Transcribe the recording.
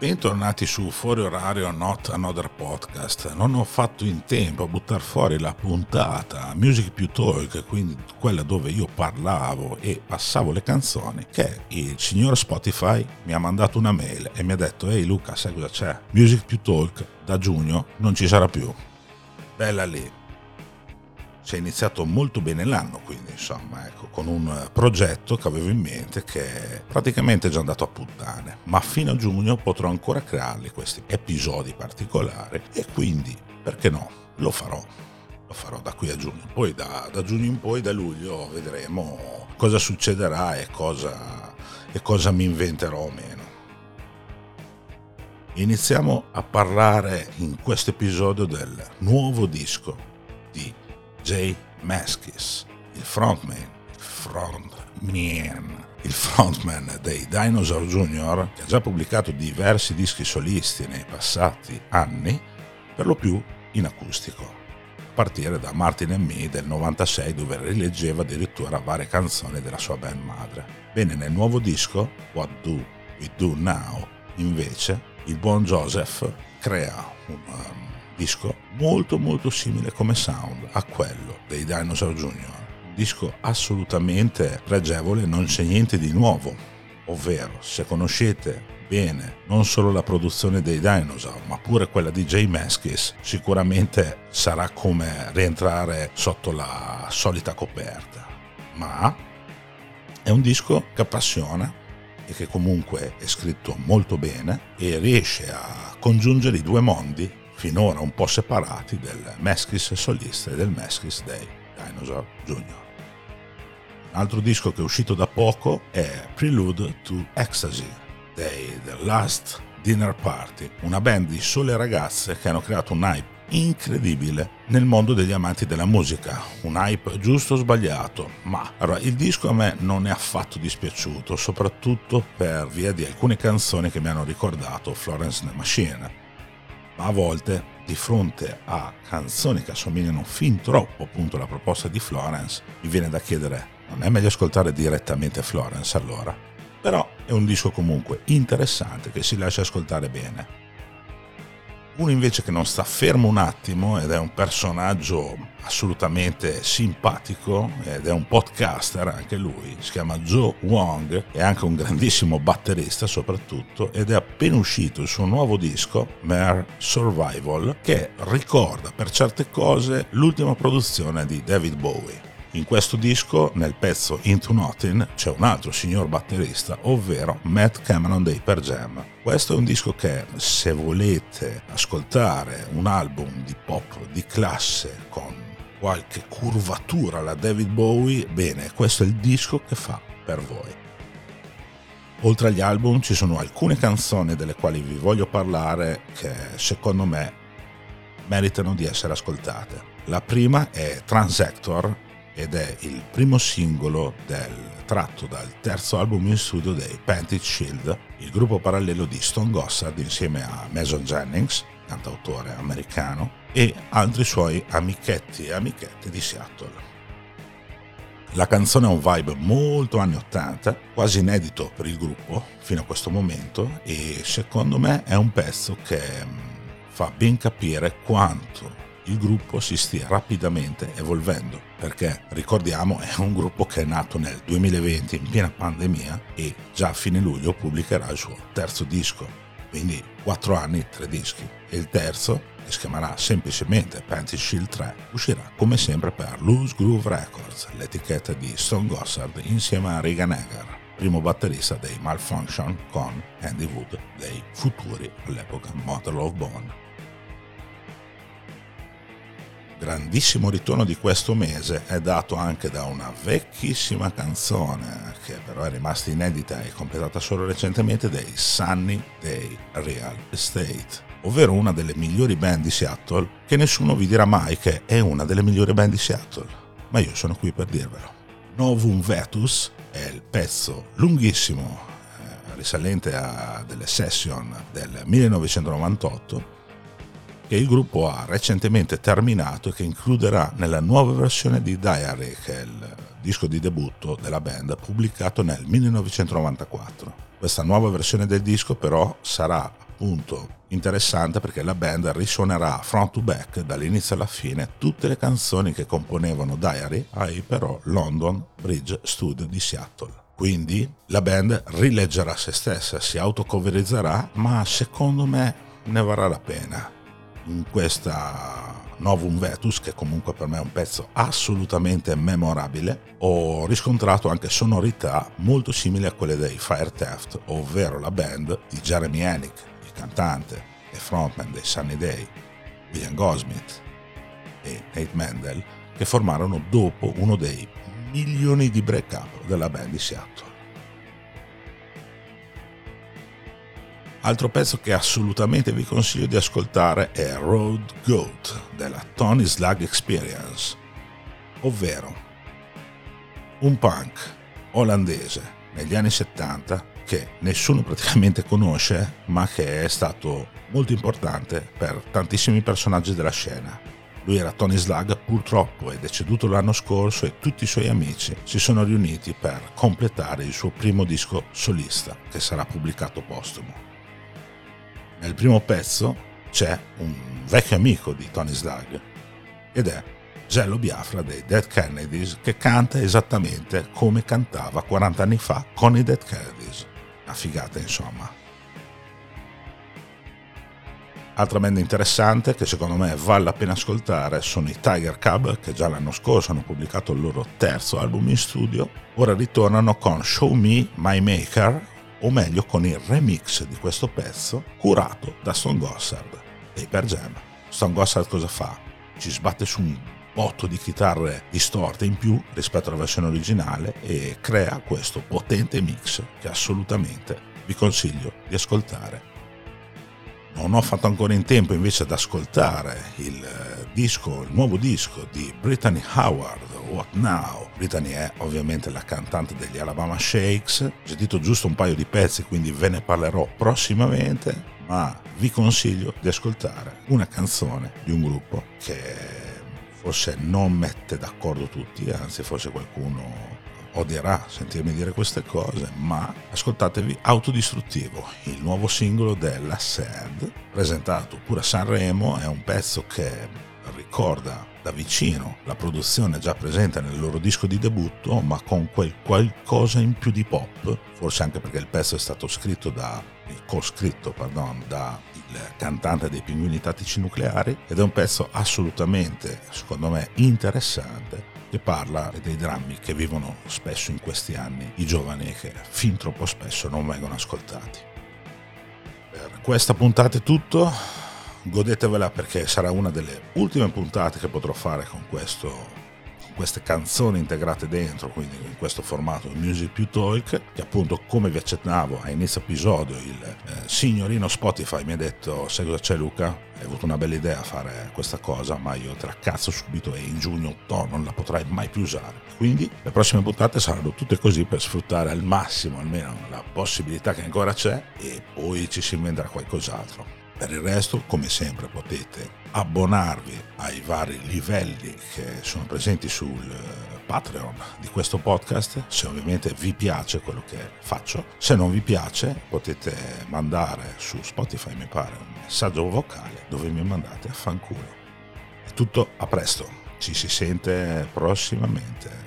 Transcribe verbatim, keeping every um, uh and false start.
Bentornati su Fuori Orario Not Another Podcast. Non ho fatto in tempo a buttare fuori la puntata Music Più Talk, quindi quella dove io parlavo e passavo le canzoni, che il signor Spotify mi ha mandato una mail e mi ha detto: ehi Luca, sai cosa c'è? Music Più Talk da giugno non ci sarà più. Bella lì. Si è iniziato molto bene l'anno, quindi insomma, ecco, con un progetto che avevo in mente che è praticamente già andato a puttane, ma fino a giugno potrò ancora crearli questi episodi particolari e quindi, perché no, lo farò, lo farò da qui a giugno. Poi da, da giugno in poi, da luglio, vedremo cosa succederà e cosa, e cosa mi inventerò o meno. Iniziamo a parlare in questo episodio del nuovo disco di J Mascis, il frontman, il frontman, il frontman dei Dinosaur Junior, che ha già pubblicato diversi dischi solisti nei passati anni, per lo più in acustico, a partire da Martin and Me del novantasei, dove rileggeva addirittura varie canzoni della sua band madre. Bene, nel nuovo disco, What Do We Do Now, invece, il buon Joseph crea un um, disco molto molto simile come sound a quello dei Dinosaur Junior, un disco assolutamente pregevole, non c'è niente di nuovo, ovvero se conoscete bene non solo la produzione dei Dinosaur ma pure quella di J Mascis, sicuramente sarà come rientrare sotto la solita coperta, ma è un disco che appassiona e che comunque è scritto molto bene e riesce a congiungere i due mondi finora un po' separati del Mascis solista e del Mascis dei Dinosaur Junior. Un altro disco che è uscito da poco è Prelude to Ecstasy dei The Last Dinner Party, una band di sole ragazze che hanno creato un hype incredibile nel mondo degli amanti della musica, un hype giusto o sbagliato, ma allora, il disco a me non è affatto dispiaciuto, soprattutto per via di alcune canzoni che mi hanno ricordato Florence and the Machine. Ma a volte, di fronte a canzoni che assomigliano fin troppo appunto alla proposta di Florence, mi viene da chiedere: non è meglio ascoltare direttamente Florence allora? Però è un disco comunque interessante che si lascia ascoltare bene. Uno invece che non sta fermo un attimo ed è un personaggio assolutamente simpatico ed è un podcaster anche lui, si chiama Joe Wong, è anche un grandissimo batterista soprattutto, ed è appena uscito il suo nuovo disco Mere Survival, che ricorda per certe cose l'ultima produzione di David Bowie. In questo disco, nel pezzo Into Nothing, c'è un altro signor batterista, ovvero Matt Cameron dei Pearl Jam. Questo è un disco che, se volete ascoltare un album di pop di classe con qualche curvatura alla David Bowie, bene, questo è il disco che fa per voi. Oltre agli album ci sono alcune canzoni delle quali vi voglio parlare che, secondo me, meritano di essere ascoltate. La prima è Transactor, ed è il primo singolo del, tratto dal terzo album in studio dei Panty Shield, il gruppo parallelo di Stone Gossard insieme a Mason Jennings, cantautore americano, e altri suoi amichetti e amichette di Seattle. La canzone ha un vibe molto anni ottanta, quasi inedito per il gruppo fino a questo momento, e secondo me è un pezzo che fa ben capire quanto il gruppo si stia rapidamente evolvendo, perché ricordiamo è un gruppo che è nato nel duemilaventi in piena pandemia e già a fine luglio pubblicherà il suo terzo disco, quindi quattro anni, tre dischi, e il terzo, che si chiamerà semplicemente Panty Shield tre, uscirà come sempre per Loose Groove Records, l'etichetta di Stone Gossard insieme a Regan Hagar, primo batterista dei Malfunction con Andy Wood dei futuri all'epoca Mother Love Bone. Grandissimo ritorno di questo mese è dato anche da una vecchissima canzone che però è rimasta inedita e completata solo recentemente, dei Sunny Day Real Estate, ovvero una delle migliori band di Seattle, che nessuno vi dirà mai che è una delle migliori band di Seattle, ma io sono qui per dirvelo. Novum Vetus è il pezzo lunghissimo eh, risalente a delle session del millenovecentonovantotto che il gruppo ha recentemente terminato e che includerà nella nuova versione di Diary, che è il disco di debutto della band pubblicato nel millenovecentonovantaquattro. Questa nuova versione del disco però sarà appunto interessante perché la band risuonerà front to back dall'inizio alla fine tutte le canzoni che componevano Diary ai però London Bridge Studio di Seattle. Quindi la band rileggerà se stessa, si autocoverizzerà, ma secondo me ne varrà la pena. In questa Novum Vetus, che comunque per me è un pezzo assolutamente memorabile, ho riscontrato anche sonorità molto simili a quelle dei Fire Theft, ovvero la band di Jeremy Enigk, il cantante e frontman dei Sunny Day, William Goldsmith e Nate Mendel, che formarono dopo uno dei milioni di break-up della band di Seattle. Altro pezzo che assolutamente vi consiglio di ascoltare è Road Goat della Tony Slug Experience, ovvero un punk olandese negli anni settanta che nessuno praticamente conosce, ma che è stato molto importante per tantissimi personaggi della scena. Lui era Tony Slug, purtroppo è deceduto l'anno scorso e tutti i suoi amici si sono riuniti per completare il suo primo disco solista, che sarà pubblicato postumo. Nel primo pezzo c'è un vecchio amico di Tony Slug ed è Jello Biafra dei Dead Kennedys, che canta esattamente come cantava quaranta anni fa con i Dead Kennedys. Una figata, insomma. Altra band interessante che secondo me vale la pena ascoltare sono i Tiger Cub, che già l'anno scorso hanno pubblicato il loro terzo album in studio. Ora ritornano con Show Me My Maker, o meglio con il remix di questo pezzo curato da Stone Gossard dei Pearl Jam. Stone Gossard cosa fa? Ci sbatte su un botto di chitarre distorte in più rispetto alla versione originale e crea questo potente mix che assolutamente vi consiglio di ascoltare. Non ho fatto ancora in tempo invece ad ascoltare il disco, il nuovo disco di Brittany Howard, What Now? Brittany è ovviamente la cantante degli Alabama Shakes. Ho sentito giusto un paio di pezzi, quindi ve ne parlerò prossimamente, ma vi consiglio di ascoltare una canzone di un gruppo che forse non mette d'accordo tutti, anzi forse qualcuno odierà sentirmi dire queste cose, ma ascoltatevi Autodistruttivo, il nuovo singolo della Sad, presentato pure a Sanremo. È un pezzo che ricorda da vicino la produzione già presente nel loro disco di debutto, ma con quel qualcosa in più di pop, forse anche perché il pezzo è stato scritto da, co-scritto, pardon, da il cantante dei Pinguini Tattici Nucleari, ed è un pezzo assolutamente, secondo me, interessante, che parla dei drammi che vivono spesso in questi anni i giovani e che fin troppo spesso non vengono ascoltati. Per questa puntata è tutto, godetevela perché sarà una delle ultime puntate che potrò fare con questo, con queste canzoni integrate dentro, quindi in questo formato Music più Talk, che appunto, come vi accennavo a inizio episodio, il eh, signorino Spotify mi ha detto: sai cosa c'è Luca? Hai avuto una bella idea a fare questa cosa, ma io te la cazzo subito e in giugno no, non la potrai mai più usare. Quindi le prossime puntate saranno tutte così per sfruttare al massimo almeno la possibilità che ancora c'è, e poi ci si inventerà qualcos'altro. Per il resto, come sempre, potete abbonarvi ai vari livelli che sono presenti sul Patreon di questo podcast, se ovviamente vi piace quello che faccio. Se non vi piace, potete mandare su Spotify, mi pare, un messaggio vocale dove mi mandate a fanculo. È tutto, a presto, ci si sente prossimamente.